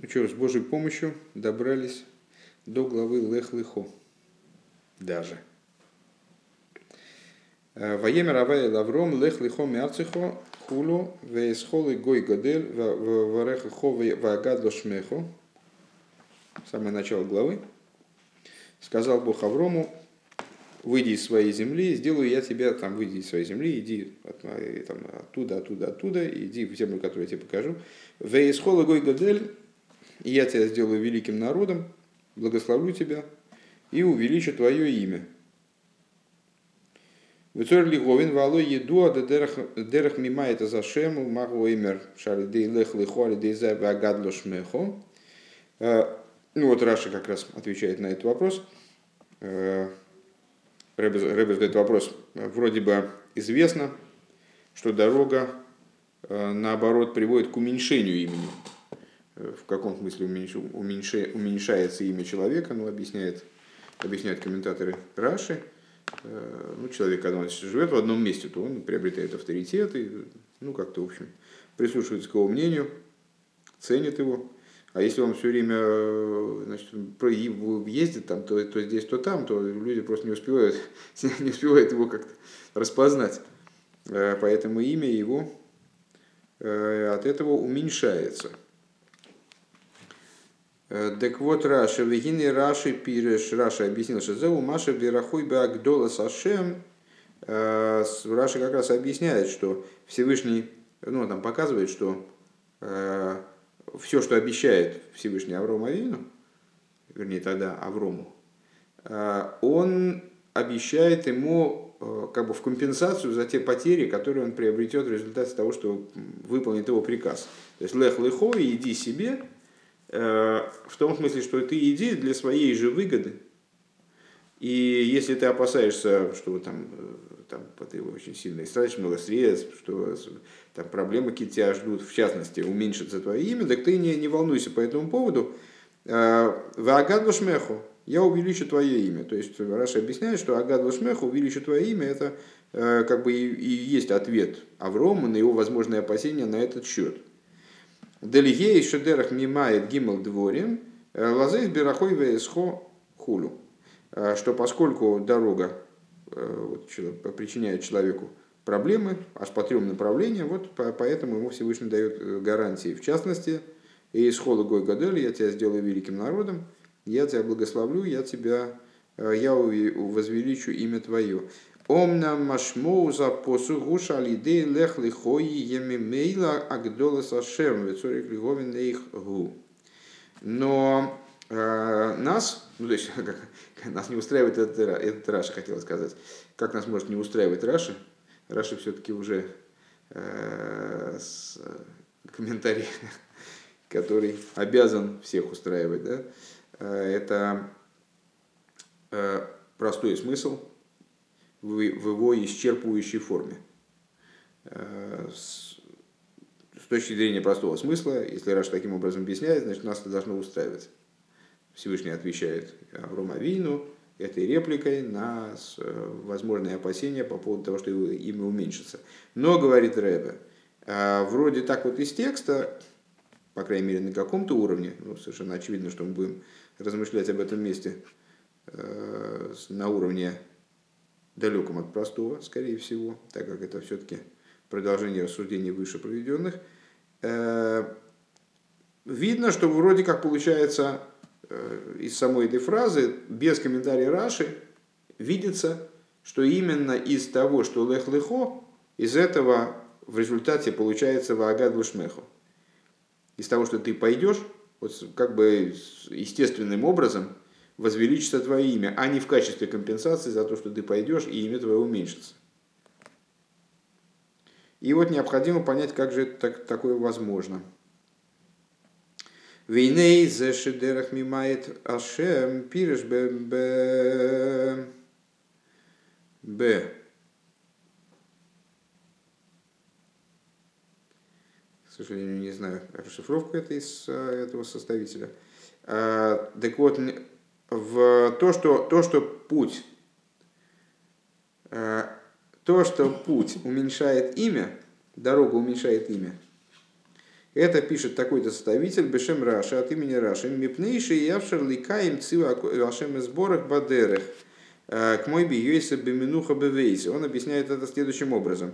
Ну что, с Божьей помощью добрались до главы Лех Лехо. Даже. Ваемер Авай Лавром Лех Лехо Мяцихо Хулу Вейсхолы Гой Годель Варехахо Вагадло Шмехо. Самое начало главы. Сказал Бог Аврому: выйди из своей земли, сделаю я тебя, там, выйди из своей земли, иди там, оттуда, иди в землю, которую я тебе покажу. Вейсхолы Гой Годель, и я тебя сделаю великим народом, благословлю тебя и увеличу твое имя. Вецор лиговин вало еду дерах мима это зашему магоимер шалидей лех лихо алидей зай вагадло шмехо. Ну вот Раши как раз отвечает на этот вопрос. Рэбе задает вопрос. Вроде бы известно, что дорога, наоборот, приводит к уменьшению имени. В каком смысле уменьшается имя человека, ну, объясняют комментаторы Раши. Ну, человек, когда он живет в одном месте, то он приобретает авторитет и, ну, как-то, в общем, прислушивается к его мнению, ценит его. А если он все время, значит, ездит там, то здесь, то там, то люди просто не успевают его как-то распознать. Поэтому имя его от этого уменьшается. Так вот, Раши, Вегини Раши пиреш, Раши объяснил, что зеу Маша Бирахуй Багдола Сашем. Раши как раз объясняет, что Всевышний, ну, там показывает, что все, что обещает Всевышний Аврому Авину, вернее тогда Аврому, он обещает ему как бы в компенсацию за те потери, которые он приобретет в результате того, что выполнит его приказ. То есть лех лехо, иди себе, в том смысле, что ты иди для своей же выгоды. И если ты опасаешься, что там ты очень сильно истратишь много средств, что там проблемы какие-то тебя ждут, в частности, уменьшится твое имя, так ты не волнуйся по этому поводу. Вагадло шмеху, я увеличу твое имя. То есть Раши объясняет, что агадло шмеху, увеличу твое имя, это как бы и есть ответ Аврому на его возможные опасения на этот счет. Делигей шедерах мимает гимл дворим, лазейс берахой весхо хулю. Что поскольку дорога причиняет человеку проблемы, аж по 3 направлениям, вот поэтому ему Всевышний дает гарантии. В частности, «Исхола гой гадель, я тебя сделаю великим народом, я тебя благословлю, я возвеличу имя твое». Омна машмоуза посугуша лидей лех лихои емимейла агдола сашем вецорик лиговин их гу. Но нас, ну то есть нас не устраивает этот Раши, хотел сказать. Как нас может не устраивать Раши? Раши все-таки уже с комментарием, который обязан всех устраивать, да? Это простой смысл в его исчерпывающей форме. С точки зрения простого смысла, если Раши таким образом объясняет, значит, нас это должно устраивать. Всевышний отвечает Аврому Авину этой репликой на возможные опасения по поводу того, что его имя уменьшится. Но, говорит Ребе, вроде так вот из текста, по крайней мере на каком-то уровне, ну, совершенно очевидно, что мы будем размышлять об этом месте на уровне далеком от простого, скорее всего, так как это все-таки продолжение рассуждений выше проведенных, видно, что вроде как получается из самой этой фразы, без комментария Раши, видится, что именно из того, что лех лехо, из этого в результате получается ваагадло шмехо. Из того, что ты пойдешь, вот как бы естественным образом возвеличится твое имя, а не в качестве компенсации за то, что ты пойдешь и имя твое уменьшится. И вот необходимо понять, как же это такое возможно. Вейней зе шедерах мимает ашем пиреш б. К сожалению, не знаю расшифровку это из этого составителя. Так вот, в то, что путь уменьшает имя, дорога уменьшает имя, Это пишет такой-то составитель Бешем Раши от имени Раши. Мипнейши явшер ликаем цива вашем сборах бадерах. К мой биюэса беминуха бевейс. Он объясняет это следующим образом,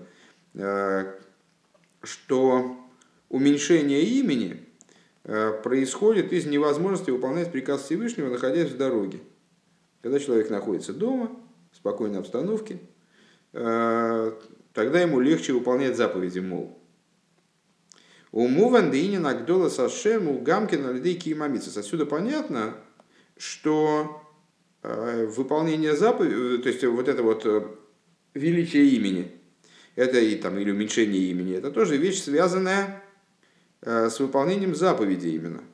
что уменьшение имени происходит из невозможности выполнять приказ Всевышнего, находясь в дороге. Когда человек находится дома, в спокойной обстановке, тогда ему легче выполнять заповеди, мол. Умуван деинин агдола сашем у гамкина людей киимамицис. Отсюда понятно, что выполнение заповедей, то есть вот это вот величие имени, это и там, или уменьшение имени, это тоже вещь, связанная с выполнением заповедей именно.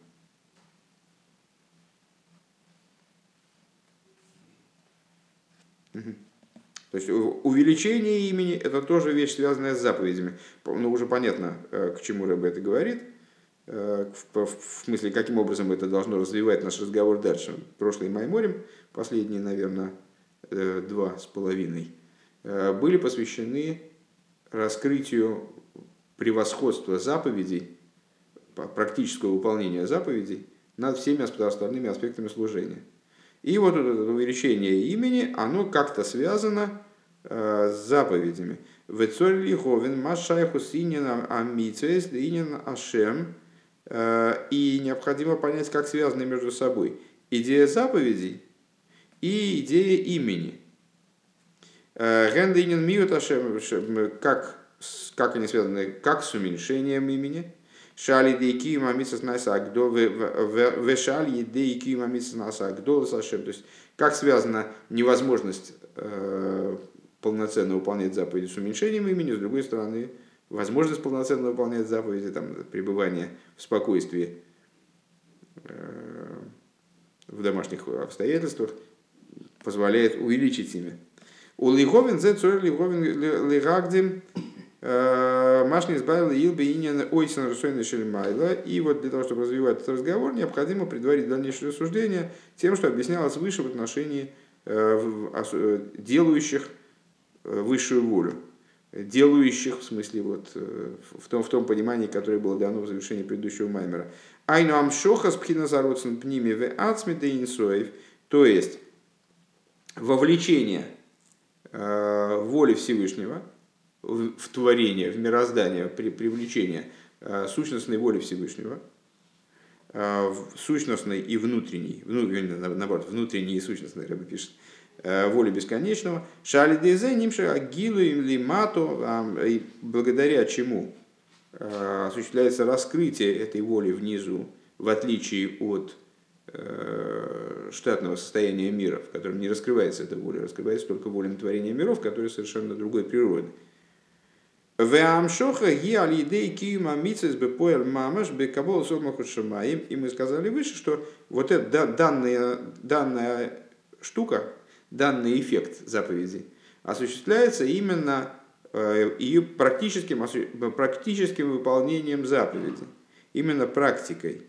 То есть увеличение имени – это тоже вещь, связанная с заповедями. Ну, уже понятно, к чему Рэбе это говорит, в смысле, каким образом это должно развивать наш разговор дальше. Прошлый Майморим, последние, наверное, 2,5, были посвящены раскрытию превосходства заповедей, практического выполнения заповедей над всеми остальными аспектами служения. И вот это увеличение имени, оно как-то связано с заповедями. «Вецоль лиховен машайху синина амитвес динин ашем». И необходимо понять, как связаны между собой идея заповедей и идея имени. «Гендинин миют ашем», как они связаны, как с уменьшением имени. Шали дейки мамисас наса агдол, вешали дейки мамисас наса агдол сашем. То есть, как связана невозможность полноценно выполнять заповеди с уменьшением имени, с другой стороны, возможность полноценно выполнять заповеди, там, пребывание в спокойствии в домашних обстоятельствах позволяет увеличить имя. У лиховен зе цорь лиховен лигагдим машни избавил илбе инин ойсен русойна шельмайла. И вот для того, чтобы развивать этот разговор, необходимо предварить дальнейшее рассуждение тем, что объяснялось выше в отношении делающих высшую волю. Делающих, в смысле, вот, в том понимании, которое было дано в завершении предыдущего маймера. Айну амшоха спхина зароцен пними в ацмиде инсоев, то есть вовлечение воли Всевышнего в творение, в мироздание, привлечение сущностной воли Всевышнего, сущностной и внутренней, наоборот, внутренней и сущностной, Рэбе пишет, воли бесконечного, шалидезе нимша агилу им лимато, благодаря чему осуществляется раскрытие этой воли внизу, в отличие от штатного состояния мира, в котором не раскрывается эта воля, раскрывается только воля творения миров, которые совершенно другой природы. И мы сказали выше, что вот эта данная штука, данный эффект заповедей осуществляется именно ее практическим выполнением заповеди, именно практикой,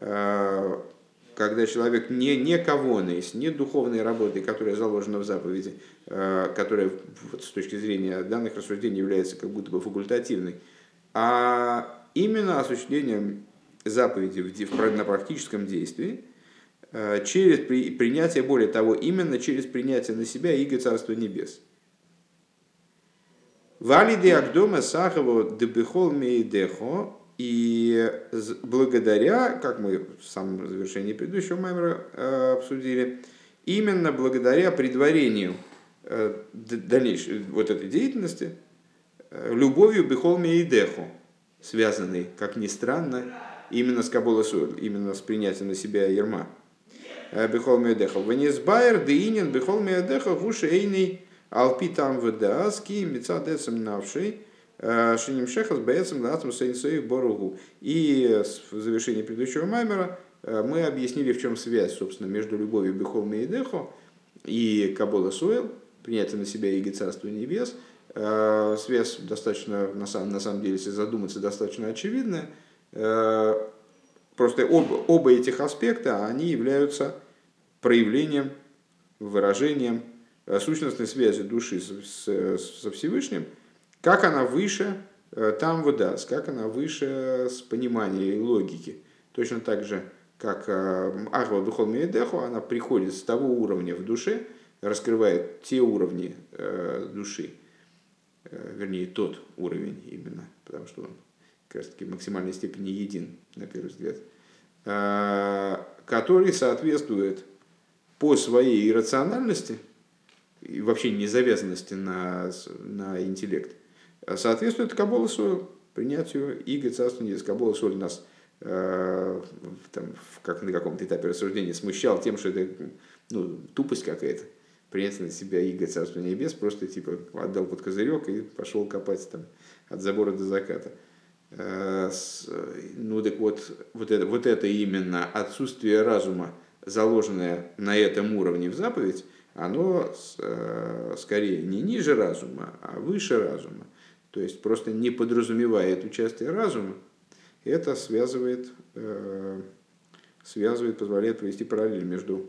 когда человек не кавонес, не духовной работой, которая заложена в заповеди, которая вот, с точки зрения данных рассуждений является как будто бы факультативной, а именно осуществлением заповеди на практическом действии, через принятие, более того, именно через принятие на себя иго Царства Небес. Валиды Агдома Сахово Дебихол Мейдехо. И благодаря, как мы в самом завершении предыдущего маймера обсудили, именно благодаря предварению дальнейшей вот этой деятельности, любовью Бихол Мейдехо, связанной, как ни странно, именно с Кабола Суэль, именно с принятием на себя ерма. Бихол Мейдехо. Венесбайер деинин Бихол Мейдехо гуши эйный алпи там вдааски мецадесом навший. И в завершении предыдущего маймера мы объяснили, в чем связь, собственно, между любовью Бехол Мейдехо и Кабола Суэл, принятие на себя иго Царства Небес. Связь достаточно, на самом деле, если задуматься, достаточно очевидная. Просто оба этих аспекта, они являются проявлением, выражением сущностной связи души со Всевышним, как она выше там вот да, как она выше с понимания и логики. Точно так же, как Ахва Духол Мейдеху, она приходит с того уровня в душе, раскрывает те уровни души, вернее, тот уровень именно, потому что он как раз таки в максимальной степени един, на первый взгляд, который соответствует по своей иррациональности и вообще не завязанности на интеллект, соответствует Кабола Сойл, принятию Иго Царства Небес. Кабола Сойл нас там, как на каком-то этапе рассуждения смущал тем, что это тупость какая-то. Принять на себя Иго Царства Небес, просто типа отдал под козырек и пошел копать там от забора до заката. Ну так вот это именно отсутствие разума, заложенное на этом уровне в заповедь, оно скорее не ниже разума, а выше разума. То есть просто не подразумевает участие разума. Это связывает, позволяет провести параллель между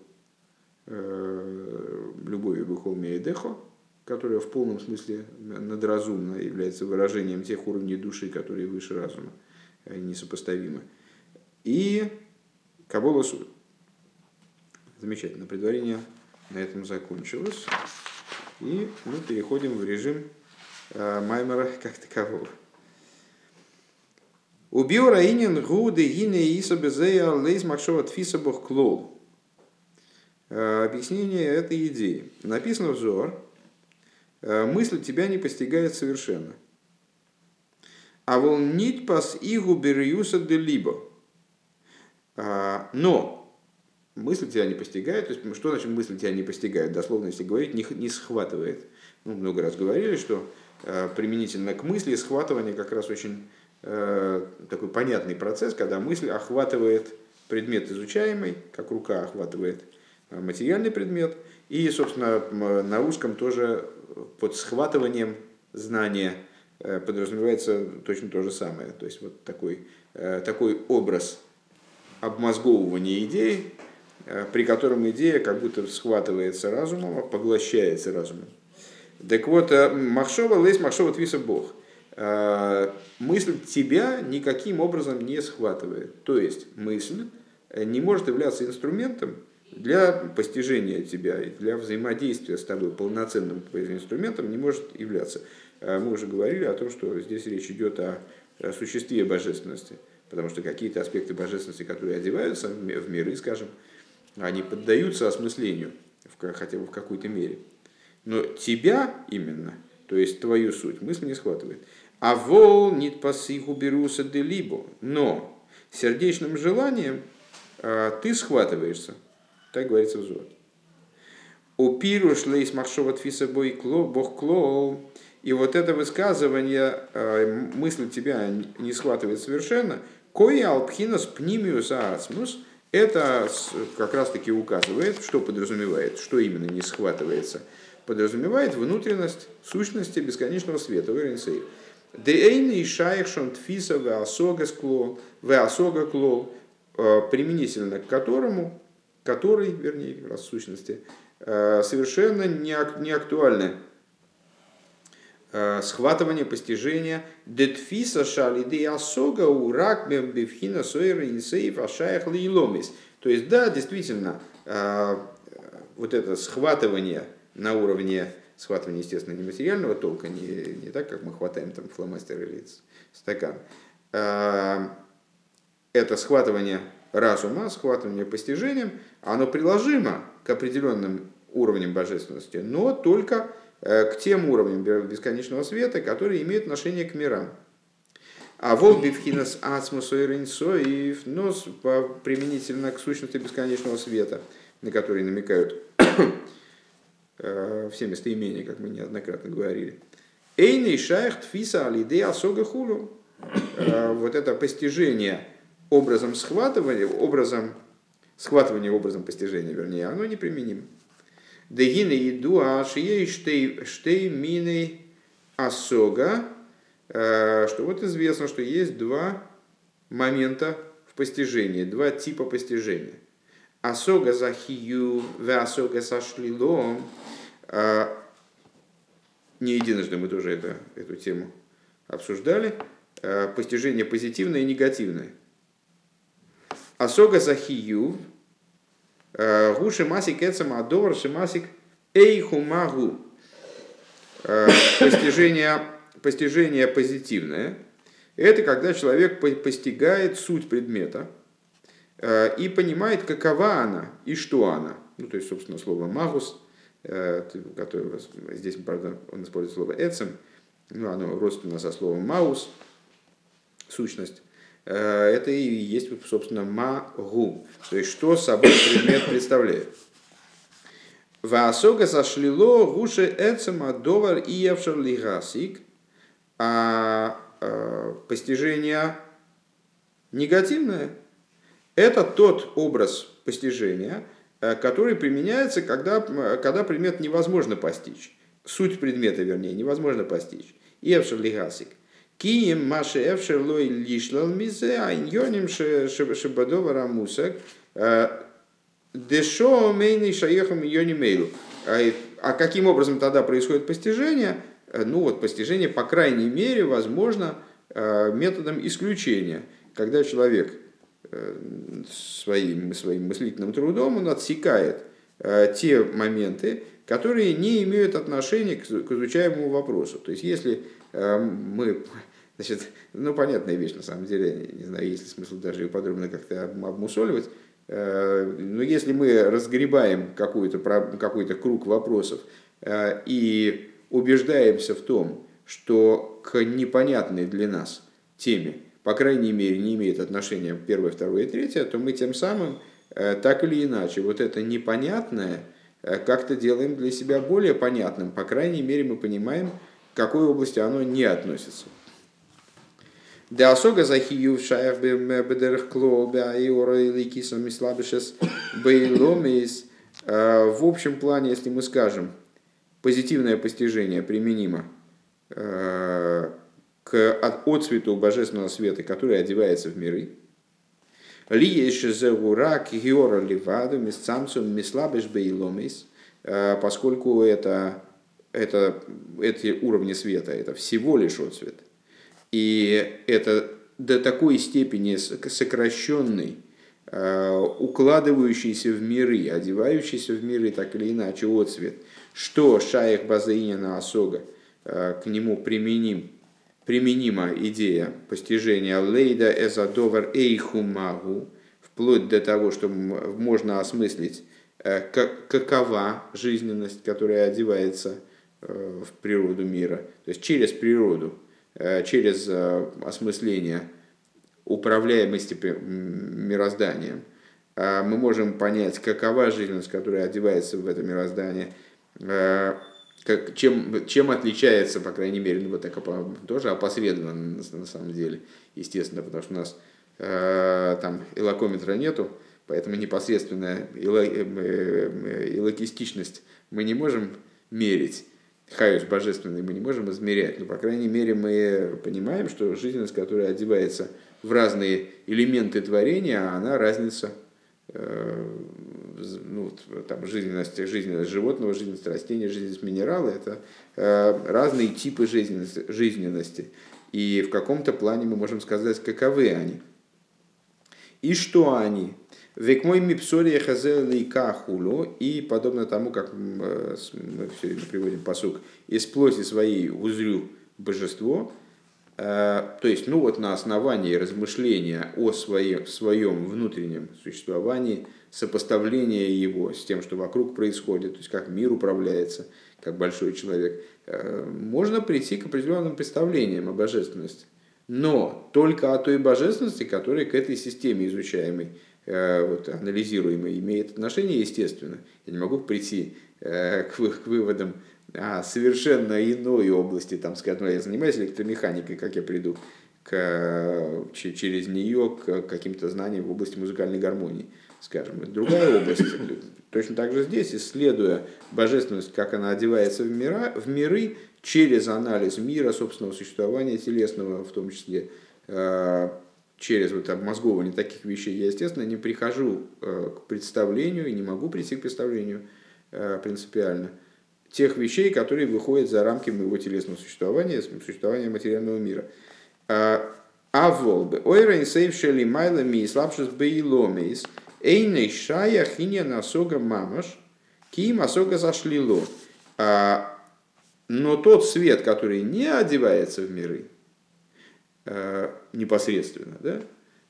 любовью Бехол Меэдехо, которая в полном смысле надразумна, является выражением тех уровней души, которые выше разума, несопоставимы, и Кабола Суд. Замечательно. Предварение на этом закончилось. И мы переходим в режим Маймера как такового. Убил Раинин Гуды Гине Иса Безея Лейс Макшова Тфиса Бог Клол. Объяснение этой идеи. Написано в Зоар: мысль тебя не постигает совершенно. А волнить пас игу берюса де либо. Но мысль тебя не постигает. То есть, что значит мысль тебя не постигает? Дословно, если говорить, не схватывает. Мы много раз говорили, что применительно к мысли схватывание как раз очень такой понятный процесс, когда мысль охватывает предмет изучаемый, как рука охватывает материальный предмет. И, собственно, на русском тоже под схватыванием знания подразумевается точно то же самое. То есть вот такой образ обмозговывания идеи, при котором идея как будто схватывается разумом, поглощается разумом. Так вот, махшова лейс махшова твиса бог. Мысль тебя никаким образом не схватывает. То есть мысль не может являться инструментом для постижения тебя, для взаимодействия с тобой, полноценным инструментом не может являться. Мы уже говорили о том, что здесь речь идет о существе божественности, потому что какие-то аспекты божественности, которые одеваются в миры, скажем, они поддаются осмыслению, хотя бы в какой-то мере. Но тебя именно, то есть твою суть, мысль не схватывает. А вол нит пасиху беруса де либо, но сердечным желанием ты схватываешься. Так говорится в Зоаре. У пируш лейс махшова тфиса бой бог клол. И вот это высказывание, мысль тебя не схватывает совершенно, кой алпхинос пнимиус ацмус, это как раз таки указывает, что подразумевает, что именно не схватывается. Подразумевает внутренность сущности бесконечного света. Дейный шайхшон тфиса веасога клол, применительно к которому, который, вернее, как раз в сущности, совершенно не актуальны схватывание, постижение детфиса шалиды асога урак бевхина сойра инсейф ашаях лейломис. То есть, да, действительно, вот это схватывание на уровне схватывания, естественно, нематериального толка, не так, как мы хватаем там фломастер или стакан. Это схватывание разума, схватывание постижением, оно приложимо к определенным уровням божественности, но только к тем уровням бесконечного света, которые имеют отношение к мирам. А вот бифхинас ацмусойринсоев, но применительно к сущности бесконечного света, на который намекают все местоимения, как мы неоднократно говорили. Эйный шайх тфиса алиде асога хулу. Вот это постижение образом схватывания, образом постижения, вернее, оно неприменимо. Дегина еду ашией штей миней асога, что вот известно, что есть два момента в постижении, два типа постижения. Асога захию, ве асога сошлилом. Не единожды мы тоже эту тему обсуждали, постижение позитивное и негативное. Асога захиюв, гуши масик эцам адовар шимасик эйхумагу. Постижение позитивное – это когда человек постигает суть предмета и понимает, какова она и что она. Ну, то есть, собственно, слово «магус», которое здесь, правда, он использует слово «эцем», ну, оно родственно со словом «маус», сущность. Это и есть, собственно, «магу», то есть, что собой предмет представляет. Ваасога зашлило гуше эцема довар и евшер лигасик, а постижение негативное – это тот образ постижения, который применяется, когда предмет невозможно постичь. Суть предмета, вернее, невозможно постичь. Евшер лигасик. Кием маши евшер лой лишлал мизе айньоним шебадова рамусак дешо мейный шаехам йони мейлу. А каким образом тогда происходит постижение? Ну вот, постижение, по крайней мере, возможно методом исключения, когда человек своим мыслительным трудом он отсекает те моменты, которые не имеют отношения к изучаемому вопросу. То есть, если мы... Значит, ну, понятная вещь, на самом деле, не знаю, есть ли смысл даже ее подробно как-то обмусоливать, но если мы разгребаем какой-то круг вопросов и убеждаемся в том, что к непонятной для нас теме, по крайней мере, не имеет отношения первое, второе и третье, то мы тем самым, так или иначе, вот это непонятное как-то делаем для себя более понятным. По крайней мере, мы понимаем, к какой области оно не относится. Да особо захию в шаях бедерх клоубе айора или кисом и слабишес бейломис. В общем плане, если мы скажем, позитивное постижение применимо к отцвету божественного света, который одевается в миры. Ли еще зеурак геора ливаду мисцамцу мислабиш бейломис, поскольку эти уровни света это всего лишь отцвет. И это до такой степени сокращенный, укладывающийся в миры, одевающийся в миры так или иначе отцвет, что шаях базаинина осога, к нему применима идея постижения лейда эзадовар эйхумагу, вплоть до того, что можно осмыслить, какова жизненность, которая одевается в природу мира, то есть через природу, через осмысление управляемости мирозданием, мы можем понять, какова жизненность, которая одевается в это мироздание, чем отличается, по крайней мере, ну, вот так тоже опосредованно на самом деле, естественно, потому что у нас там илокометра нету, поэтому непосредственная илокистичность мы не можем мерить. Хаос божественный мы не можем измерять, но, по крайней мере, мы понимаем, что жизненность, которая одевается в разные элементы творения, она разница, ну, там, жизненность животного, жизненность растения, жизненность минерала, это разные типы жизненности. И в каком-то плане мы можем сказать, каковы они. И что они? Век мой мипсория хазели кахулу, и подобно тому, как мы все время приводим пасук, из плоти своей узрю божество, то есть, ну вот на основании размышления о своем внутреннем существовании, сопоставления его с тем, что вокруг происходит, то есть как мир управляется, как большой человек, можно прийти к определенным представлениям о божественности. Но только о той божественности, которая к этой системе изучаемой, вот, анализируемой, имеет отношение, естественно. Я не могу прийти к выводам о совершенно иной области, там, с которой я занимаюсь электромеханикой, как я приду через нее к каким-то знаниям в области музыкальной гармонии, скажем. Это другая область. Точно так же здесь, исследуя божественность, как она одевается в миры, через анализ мира, собственного существования телесного, в том числе через вот обмозговывание таких вещей, я, естественно, не прихожу к представлению и не могу прийти к представлению принципиально тех вещей, которые выходят за рамки моего телесного существования, существования материального мира. Аволбе, ойрен сейвшели майлами и слабшис бейломейс, эйней шая хиня насога мамаш, ким осога зашлило. Но тот свет, который не одевается в миры непосредственно, да,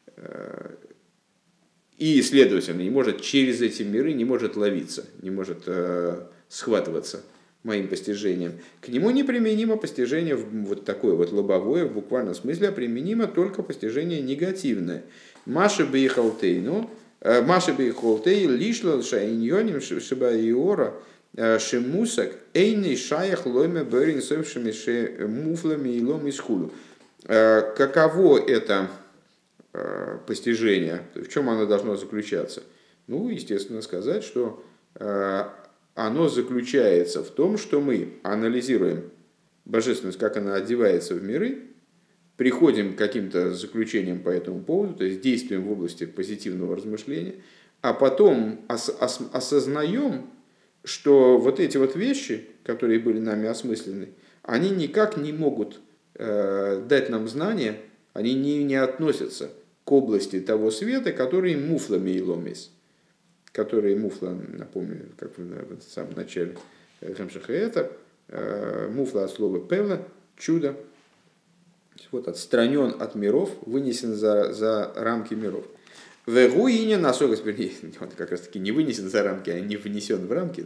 и, следовательно, не может через эти миры, не может ловиться, не может схватываться моим постижением. К нему неприменимо постижение вот такое вот лобовое, в буквальном смысле, а применимо только постижение негативное. Маша бейхалтейну, Маша бейхалтей лишла шайньоним шибаиора шимусак эйный шаях лойме берин совшими муфлами и лом из худу. Каково это постижение? В чем оно должно заключаться? Ну, естественно, сказать, что оно заключается в том, что мы анализируем божественность, как она одевается в миры, приходим к каким-то заключениям по этому поводу, то есть действуем в области позитивного размышления, а потом осознаем, что вот эти вот вещи, которые были нами осмыслены, они никак не могут дать нам знания, они не относятся к области того света, который муфлами и ломис, который муфла, напомню, как в самом начале Хемшаха это, муфла от слова певла, чудо, вот отстранен от миров, вынесен за рамки миров. Вегуине насогас, он как раз таки не вынесен за рамки, а не внесен в рамки.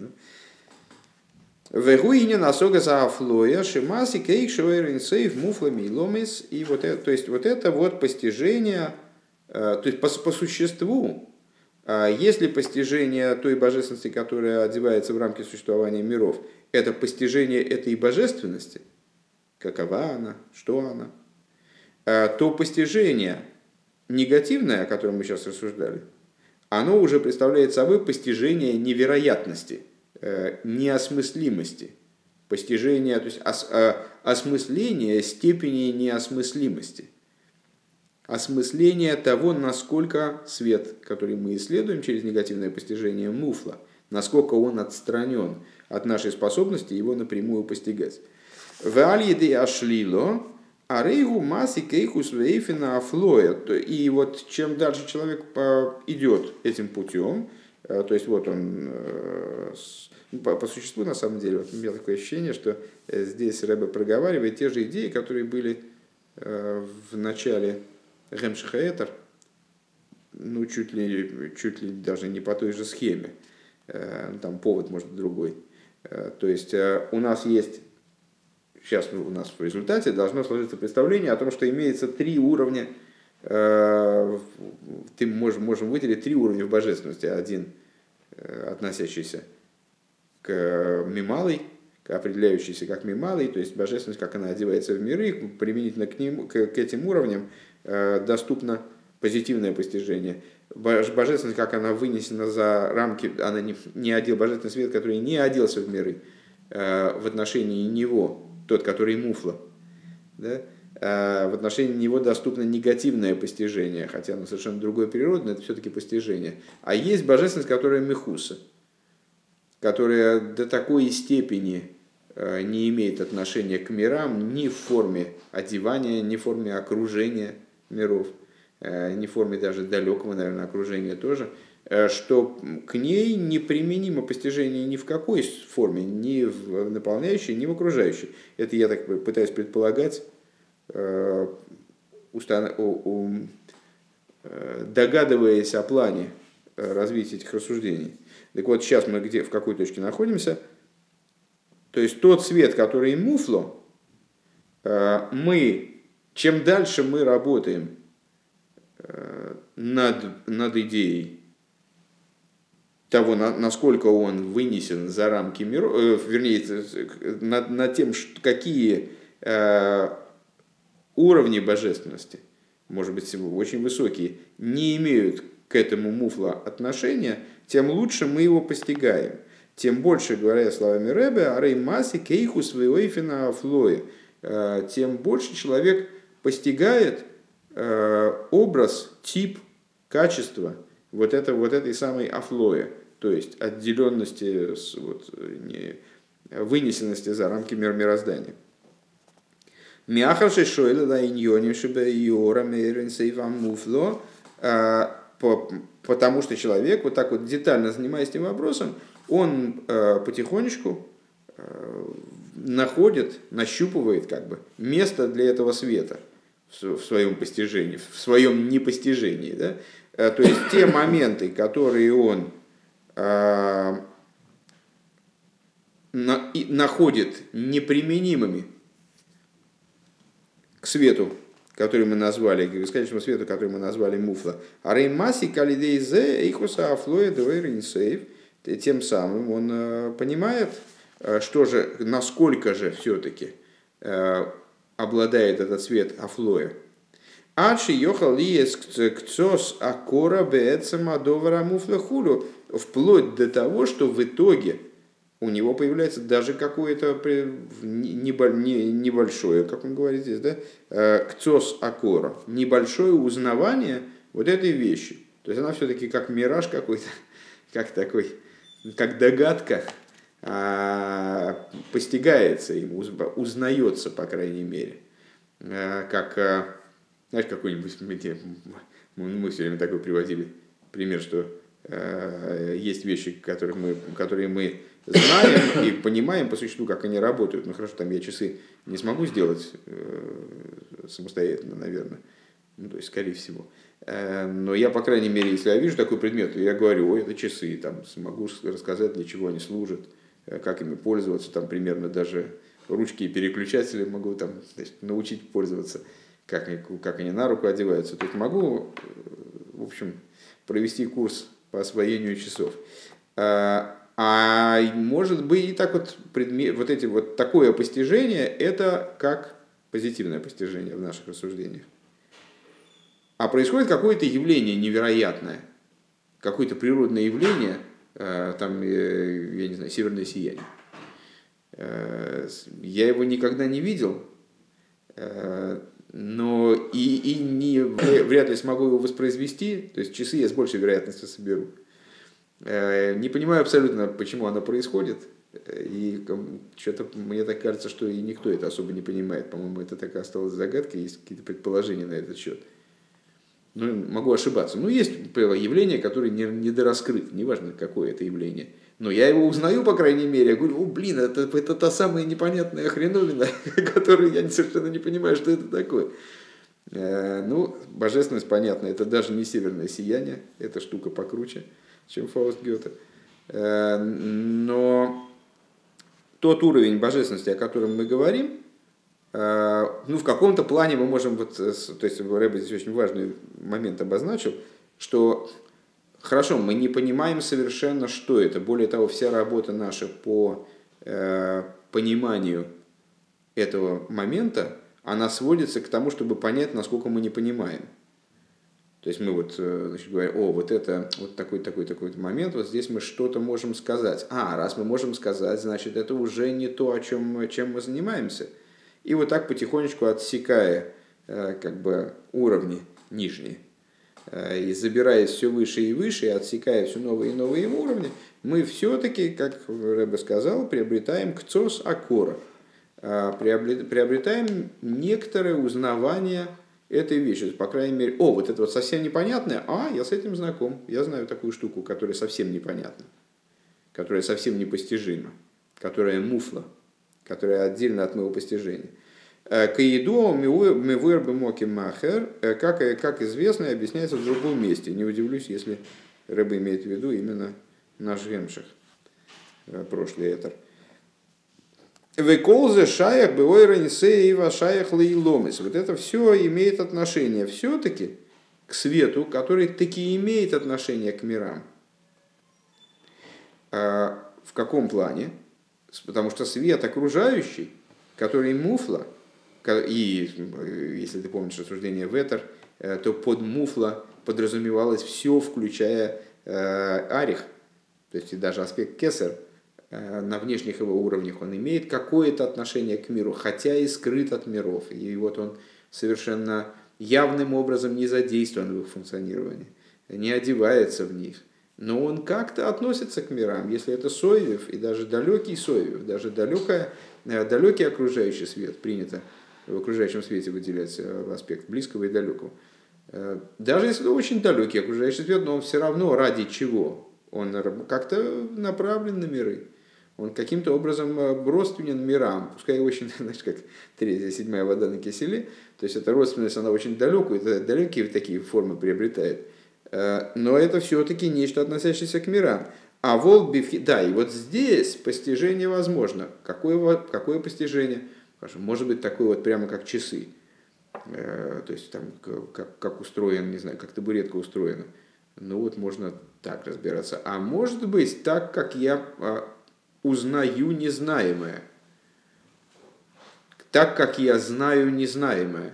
Вегуине насогас афлоя шимаси кейк шоэрин сейв муфлами и ломис. И вот это, то есть вот это вот постижение, то есть по существу, если постижение той божественности, которая одевается в рамки существования миров, это постижение этой божественности, какова она, что она, то постижение негативное, о котором мы сейчас рассуждали, оно уже представляет собой постижение невероятности, неосмыслимости, постижение, то есть осмысление степени неосмыслимости, осмысление того, насколько свет, который мы исследуем через негативное постижение муфла, насколько он отстранен от нашей способности его напрямую постигать. В аль-еды ашлило, а рейгу масси кейхус вейфина афлоя. И вот чем дальше человек идет этим путем, то есть вот он по существу на самом деле, вот у меня такое ощущение, что здесь Ребе проговаривает те же идеи, которые были в начале Гемшаха Этер, ну чуть ли даже не по той же схеме, там повод может быть другой. То есть у нас есть сейчас у нас в результате должно сложиться представление о том, что имеется три уровня, можем выделить три уровня в божественности. Один, относящийся к мималой, определяющийся как мималой, то есть божественность, как она одевается в миры, применительно к этим уровням доступно позитивное постижение. Божественность, как она вынесена за рамки, она не одел божественный свет, который не оделся в миры, в отношении него, тот, который муфла, да? В отношении него доступно негативное постижение, хотя оно совершенно другой природы, но это все-таки постижение. А есть божественность, которая мехуса, которая до такой степени не имеет отношения к мирам ни в форме одевания, ни в форме окружения миров, ни в форме даже далекого, наверное, окружения тоже, что к ней неприменимо постижение ни в какой форме, ни в наполняющей, ни в окружающей. Это я так пытаюсь предполагать, догадываясь о плане развития этих рассуждений. Так вот, сейчас мы в какой точке находимся? То есть тот свет, который муфло, чем дальше мы работаем над идеей того, насколько он вынесен за рамки миров, вернее, над тем, какие уровни божественности, может быть, очень высокие, не имеют к этому муфла отношения, тем лучше мы его постигаем. Тем больше, говоря словами Ребе, арей маси кейхус вейфина афлоя, тем больше человек постигает образ, тип, качество вот этой самой афлоя, то есть отделенности, вынесенности за рамки мироздания. Мяхаши шойла да иньоним шибе йора мейрен сейвам муфло, потому что человек, вот так вот детально занимаясь этим вопросом, он потихонечку находит, нащупывает как бы место для этого света в своем постижении, в своем непостижении. Да? То есть те моменты, которые он находит неприменимыми к свету, который мы назвали, к бесконечному свету, который мы назвали муфла. А реймаси калидейзе эйхуса афлоя двойринсейв. Тем самым он понимает, что же, насколько же все-таки обладает этот свет афлоя. Ачи йохал лиес кцос акора беэцема довара муфла хулю. Вплоть до того, что в итоге у него появляется даже какое-то небольшое, как он говорит здесь, да, кцос акора, небольшое узнавание вот этой вещи. То есть она все-таки как мираж какой-то, как такой, как догадка, постигается им, узнается, по крайней мере. Как, знаешь, какой-нибудь, мы все время такой приводили пример, что есть вещи, которые мы знаем и понимаем по существу, как они работают. Ну хорошо, там я часы не смогу сделать самостоятельно, наверное. Ну, то есть, скорее всего. Но я, по крайней мере, если я вижу такой предмет, я говорю, ой, это часы, там, смогу рассказать, для чего они служат, как ими пользоваться, там, примерно даже ручки и переключатели могу там, значит, научить пользоваться, как они на руку одеваются. То есть могу, в общем, провести курс по освоению часов. А может быть и так вот, вот эти вот такое постижение, это как позитивное постижение в наших рассуждениях. А происходит какое-то явление невероятное, какое-то природное явление, там, я не знаю, северное сияние. Я его никогда не видел, но вряд ли смогу его воспроизвести, то есть часы я с большей вероятностью соберу. Не понимаю абсолютно, почему оно происходит, и что-то мне так кажется, что и никто это особо не понимает. По-моему, это так и осталось загадкой, есть какие-то предположения на этот счет. Ну, могу ошибаться. Ну, есть явление, которое недораскрыто, неважно, какое это явление. Но я его узнаю, по крайней мере. Я говорю, блин, это та самая непонятная хреновина, которую я совершенно не понимаю, что это такое. Ну, божественность, понятно, это даже не северное сияние, это штука покруче, чем Фауст Гёте. Но тот уровень божественности, о котором мы говорим, ну, в каком-то плане мы можем, то есть Рэбе здесь очень важный момент обозначил, что хорошо, мы не понимаем совершенно, что это. Более того, вся работа наша по пониманию этого момента, она сводится к тому, чтобы понять, насколько мы не понимаем. То есть мы вот, значит, говорим, вот это вот такой момент, вот здесь мы что-то можем сказать. Раз мы можем сказать, значит, это уже не то, чем мы занимаемся. И вот так потихонечку отсекая как бы уровни нижние, и забираясь все выше и выше, и отсекая все новые и новые уровни, мы все-таки, как Рэбе сказал, приобретаем кцос акора, приобретаем некоторое узнавание этой вещи. По крайней мере, вот это вот совсем непонятное, я с этим знаком, я знаю такую штуку, которая совсем непонятна, которая совсем непостижима, которая муфла, которая отдельно от моего постижения. Каиду мивуэр бемоки махер, как известно, объясняется в другом месте. Не удивлюсь, если Рэбе имеет в виду именно наш гемших, прошлый этер. Веколзе шаях беойренсе ива шаях лейломис. Вот это все имеет отношение все-таки к свету, который таки имеет отношение к мирам. В каком плане? Потому что свет окружающий, который муфла, и если ты помнишь рассуждение Ветер, то под муфла подразумевалось все, включая арих, то есть и даже аспект кесар, на внешних его уровнях он имеет какое-то отношение к миру, хотя и скрыт от миров. И вот он совершенно явным образом не задействован в их функционировании, не одевается в них, но он как-то относится к мирам. Если это соевев, и даже далекий соевев, даже далекий окружающий свет, принято в окружающем свете выделять аспект близкого и далекого. Даже если это очень далекий окружающий свет, но он все равно ради чего? Он как-то направлен на миры. Он каким-то образом родственен мирам, пускай очень, знаешь, как третья, седьмая вода на киселе, то есть эта родственность, она очень далекую, далекие такие формы приобретает, но это все-таки нечто, относящееся к мирам. А волбиф, да, и вот здесь постижение возможно. Какое постижение? Хорошо, может быть такое вот прямо как часы, то есть там как устроен, не знаю, как табуретка устроена. Ну вот можно так разбираться. А может быть так, как я узнаю незнаемое. Так как я знаю незнаемое.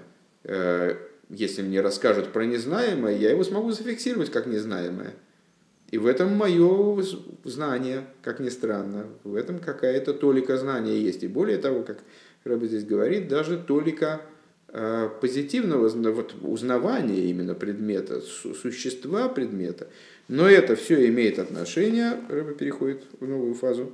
Если мне расскажут про незнаемое, я его смогу зафиксировать как незнаемое. И в этом мое знание, как ни странно. В этом какая-то толика знания есть. И более того, как Рэбе здесь говорит, даже толика позитивного вот, узнавания именно предмета, существа предмета. Но это все имеет отношение, Рэбе переходит в новую фазу.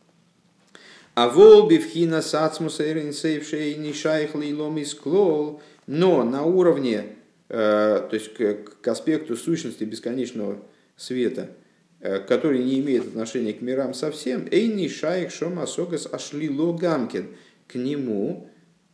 А волбивхина сацмуса эринсейвшей нишайх лейлом исклол, но на уровне, то есть к аспекту сущности бесконечного света, который не имеет отношения к мирам совсем, эйни шайх шомасогас ашлило гамкин, к нему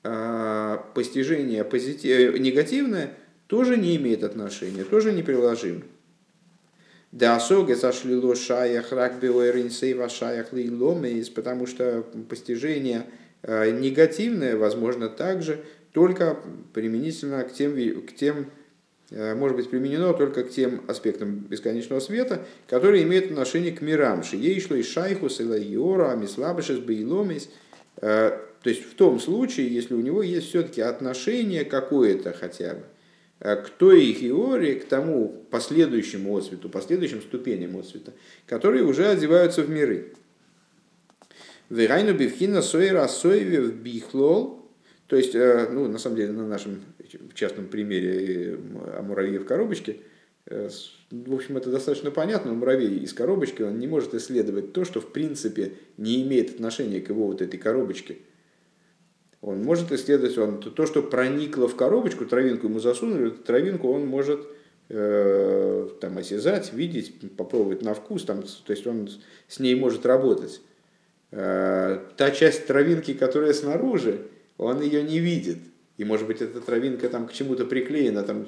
постижение негативное тоже не имеет отношения, тоже неприложимо. Да, особо сошлило шаях ракбиоэринсей вашаях лиломейс, потому что постижение негативное возможно также только применительно к тем, может быть применено только к тем аспектам бесконечного света, которые имеют отношение к мирам. Шией шло и шайхус, и лайора, амислабышес, бейломейс. То есть в том случае, если у него есть все-таки отношение какое-то хотя бы к той георе, к тому последующему отцвету, последующим ступеням отцвета, которые уже одеваются в миры. Верайну бифхина сойра сойвев бихлол, то есть, ну, на самом деле, на нашем частном примере о муравье в коробочке, в общем, это достаточно понятно, муравей из коробочки, он не может исследовать то, что в принципе не имеет отношения к его вот этой коробочке. Он может исследовать то, что проникло в коробочку, травинку ему засунули, эту травинку он может там, осязать, видеть, попробовать на вкус, там, то есть он с ней может работать. Та часть травинки, которая снаружи, он ее не видит. И может быть эта травинка там к чему-то приклеена, там,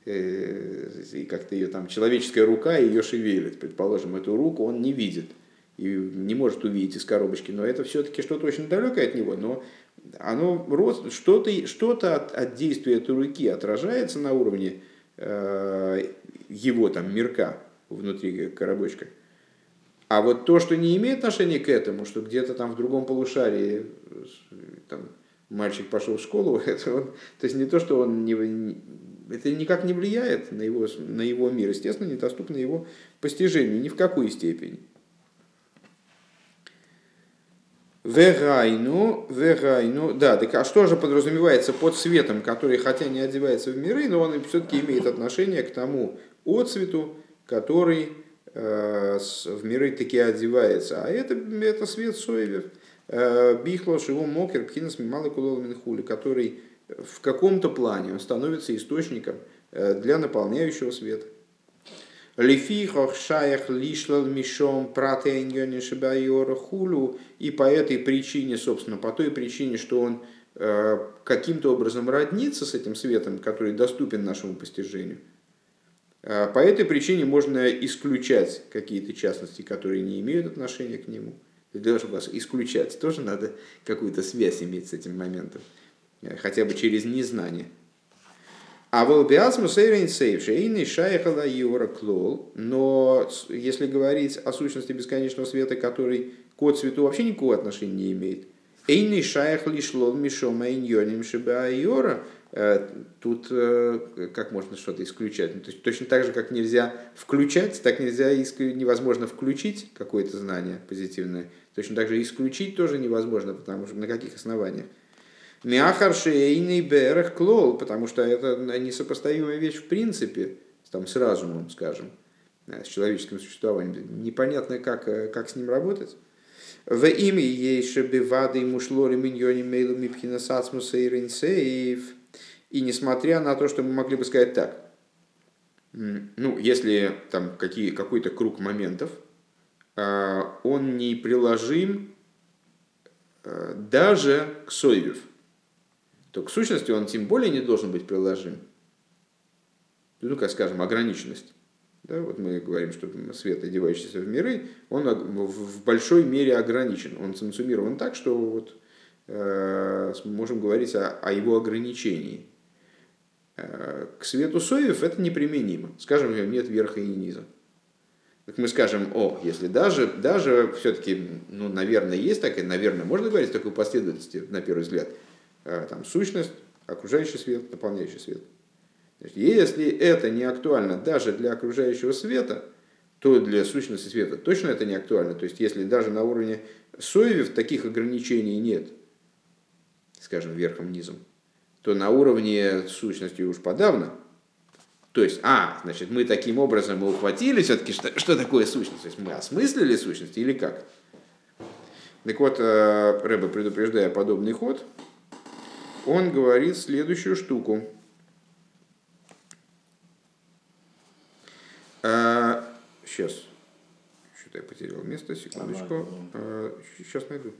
и как-то ее там человеческая рука ее шевелит. Предположим, эту руку он не видит и не может увидеть из коробочки, но это все-таки что-то очень далекое от него, но оно что-то от действия этой руки отражается на уровне его там мирка внутри коробочка. А вот то, что не имеет отношения к этому, что где-то там в другом полушарии там, мальчик пошел в школу, это он, то есть не то, что он это никак не влияет на его мир, естественно, недоступно его постижению ни в какой степени. Вегайну, да, так а что же подразумевается под светом, который хотя не одевается в миры, но он все-таки имеет отношение к тому отцвету, который в миры таки одевается. А это свет соевев. Бихло шиву мокер пхинас мималы кулол минхули, который в каком-то плане он становится источником для наполняющего света. Лифихох шаях лишлал мишом пратенгёне шибайора хулю. И по этой причине, собственно, по той причине, что он каким-то образом роднится с этим светом, который доступен нашему постижению, по этой причине можно исключать какие-то частности, которые не имеют отношения к нему. Для того, чтобы исключать, тоже надо какую-то связь иметь с этим моментом, хотя бы через незнание. А волбиасму сейрейн сейвшейный шайхала юра клол, но если говорить о сущности бесконечного света, который к отцвету вообще никакого отношения не имеет, эйный шайх лишлол мишом эйньоним шиба юра, тут как можно что-то исключать? Ну, то есть, точно так же, как нельзя включать, так невозможно включить какое-то знание позитивное. Точно так же исключить тоже невозможно, потому что на каких основаниях? Мяхар шейный берех клол, потому что это несопоставимая вещь в принципе там, с разумом, скажем. с человеческим существованием. Непонятно, как с ним работать. В имя ей шебевады мушлори миньони мейлу мипхина сацмуса и рейнсеев. И несмотря на то, что мы могли бы сказать так, ну, если там какой-то круг моментов, он не приложим даже к сойвев, то к сущности он тем более не должен быть приложим. Ну, как скажем, ограниченность. Да, вот мы говорим, что свет, одевающийся в миры, он в большой мере ограничен. Он цензурирован так, что вот, можем говорить о его ограничении. К свету соев это неприменимо. Скажем, нет верха и низа. Так мы скажем, если даже все-таки, ну, наверное, есть такая, наверное, можно говорить о такой последовательности, на первый взгляд, там сущность, окружающий свет, дополняющий свет. Если это не актуально даже для окружающего света, то для сущности света точно это не актуально. То есть, если даже на уровне соевев таких ограничений нет, скажем, верхом-низом, то на уровне сущности уж подавно. То есть, значит, мы таким образом мы ухватили все-таки, что такое сущность. То есть, мы осмыслили сущность или как? Так вот, Рэбе, предупреждая подобный ход, он говорит следующую штуку. Сейчас. Что-то я потерял место, секундочку. Сейчас найду.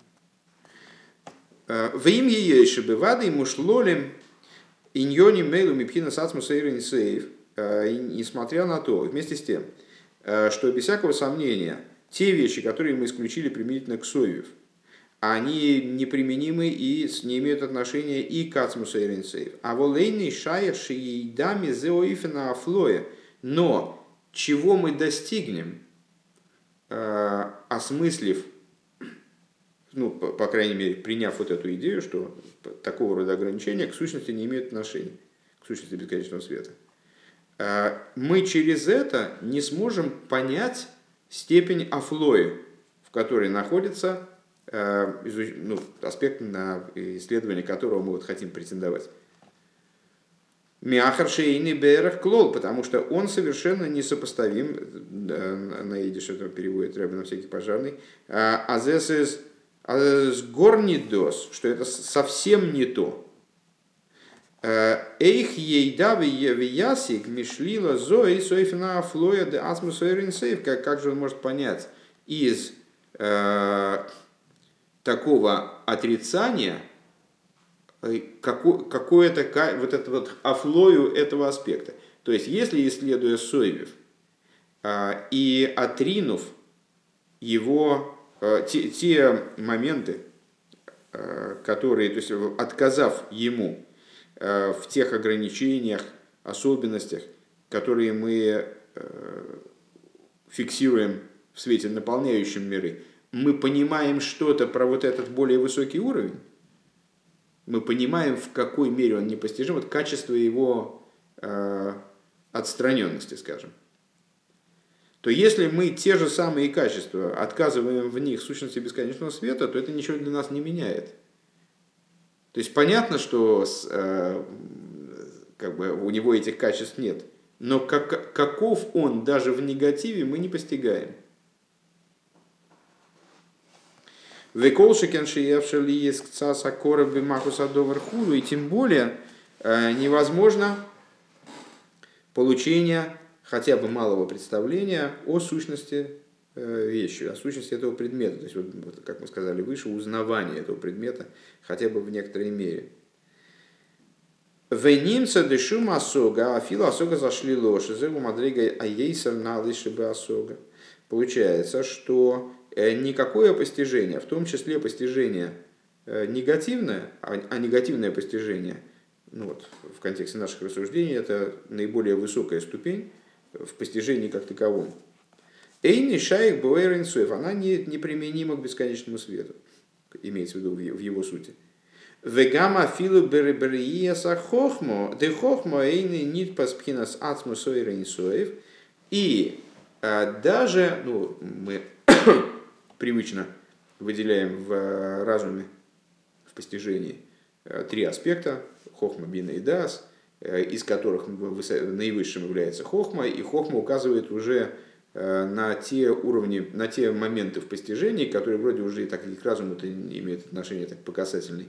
В имя Ейшебе вады мушлолем иньони мейлу мипхина сацмуса и сейф. Несмотря на то, вместе с тем, что без всякого сомнения, те вещи, которые мы исключили применительно к соевев, они неприменимы и не имеют отношения и к ацмуса и сейф. А волейный шайер шиейдами зеоифена афлоя. Но чего мы достигнем, осмыслив, ну, по крайней мере, приняв вот эту идею, что такого рода ограничения к сущности не имеют отношения, к сущности бесконечного света, мы через это не сможем понять степень афлои, в которой находится аспект, на исследование которого мы вот хотим претендовать. Мяхар шейный берах клол, потому что он совершенно несопоставим, на идиш это переводит Рэбе на всякий пожарный, азес горнидос, что это совсем не то. Эйх ейдавы евиясик мишлила зои сойфина флоя де асмусойринсейв, как же он может понять из такого отрицания какое-то вот это вот афлою этого аспекта. То есть, если исследуя соевев и отринув его те моменты, которые, то есть отказав ему в тех ограничениях, особенностях, которые мы фиксируем в свете наполняющем миры, мы понимаем что-то про вот этот более высокий уровень, мы понимаем, в какой мере он непостижим, вот качество его отстраненности, скажем, то если мы те же самые качества отказываем в них сущности бесконечного света, то это ничего для нас не меняет. То есть понятно, что как бы, у него этих качеств нет, но каков он даже в негативе, мы не постигаем. И тем более невозможно получение хотя бы малого представления о сущности вещи, о сущности этого предмета. То есть, вот, как мы сказали выше, узнавание этого предмета хотя бы в некоторой мере. Вейнимца дешум асога, а фила асога зашли лоши, зэгу мадригай аейсер на лишибе асога. Получается, что никакое постижение, в том числе постижение негативное, а негативное постижение, ну вот, в контексте наших рассуждений, это наиболее высокая ступень в постижении как таковом. Эйни шайх буэрин суев, она неприменима к бесконечному свету, имеется в виду в его сути. Вегама филу береберияса хохмо, де хохмо эйни нит паспхинас ацму суэрин суев. И даже, ну, мы привычно выделяем в разуме, в постижении, три аспекта: хохма, бина и даас. из которых наивысшим является хохма, и хохма указывает уже на те уровни, на те моменты в постижении, которые вроде уже и так и к разуму-то имеют отношение так по касательной.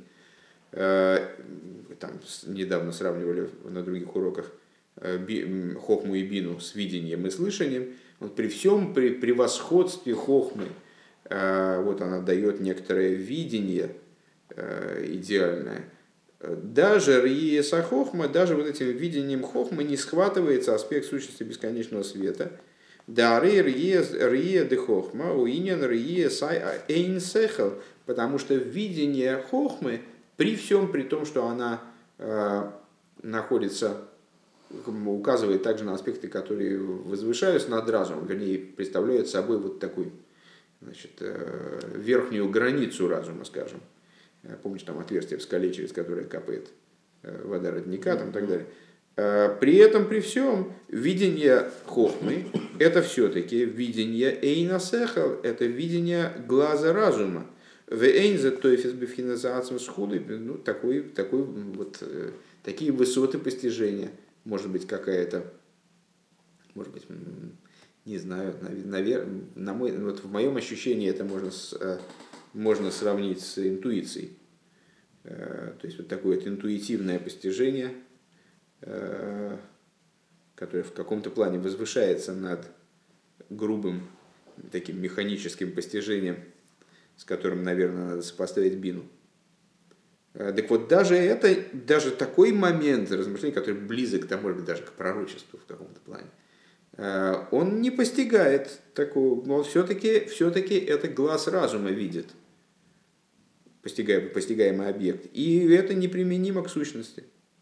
Там недавно сравнивали на других уроках хохму и бину с видением и слышанием. Вот при превосходстве хохмы, вот она дает некоторое видение идеальное. Даже Риеса Хохма, даже вот этим видением Хохмы не схватывается аспект сущности бесконечного света. Да, Рие де Хохма, уинен Рие сай эйн сехел, потому что видение Хохмы, при всем при том, что она находится, указывает также на аспекты, которые возвышаются над разумом, вернее, представляют собой вот такую, значит, верхнюю границу разума, скажем. Помните, там отверстие в скале, через которое капает вода родника, там, и так далее. При этом, при всем, видение хохмы – это все-таки видение эйна сехал, это видение глаза разума. В эйнзе тойфис бифхиназаацм схуды, ну, такие высоты постижения. Может быть, какая-то, может быть, не знаю, наверное, вот в моем ощущении это можно сравнить с интуицией. То есть вот такое вот интуитивное постижение, которое в каком-то плане возвышается над грубым таким механическим постижением, с которым, наверное, надо сопоставить бину. Так вот, даже такой момент размышления, который близок, может быть, даже к пророчеству в каком-то плане, он не постигает такого, но все-таки это глаз разума видит постигаемый объект. И это неприменимо к сущности.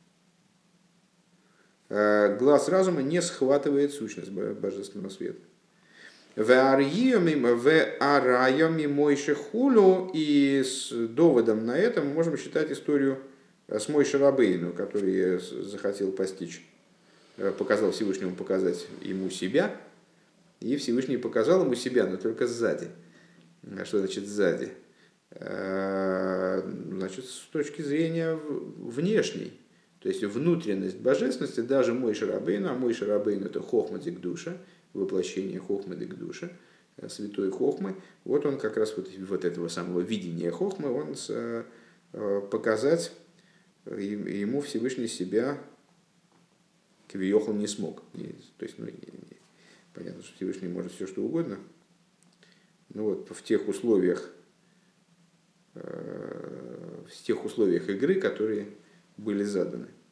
Глаз разума не схватывает сущность божественного света. В арайоми Мойше хулу, и с доводом на это мы можем считать историю с Мойше Рабейну, который захотел постичь, показал Всевышнему показать ему себя, и Всевышний показал ему себя, но только сзади. Что значит сзади? Значит, с точки зрения внешней, то есть внутренность божественности, даже Мойше Рабейну, а Мойше Рабейну это хохма дикдуша, воплощение хохмы дикдуша, святой хохмы, вот он как раз вот этого самого видения хохмы, он показать ему Всевышний себя квиохал не смог. То есть, понятно, что Всевышний может все что угодно, но вот в тех условиях игры, которые были заданы.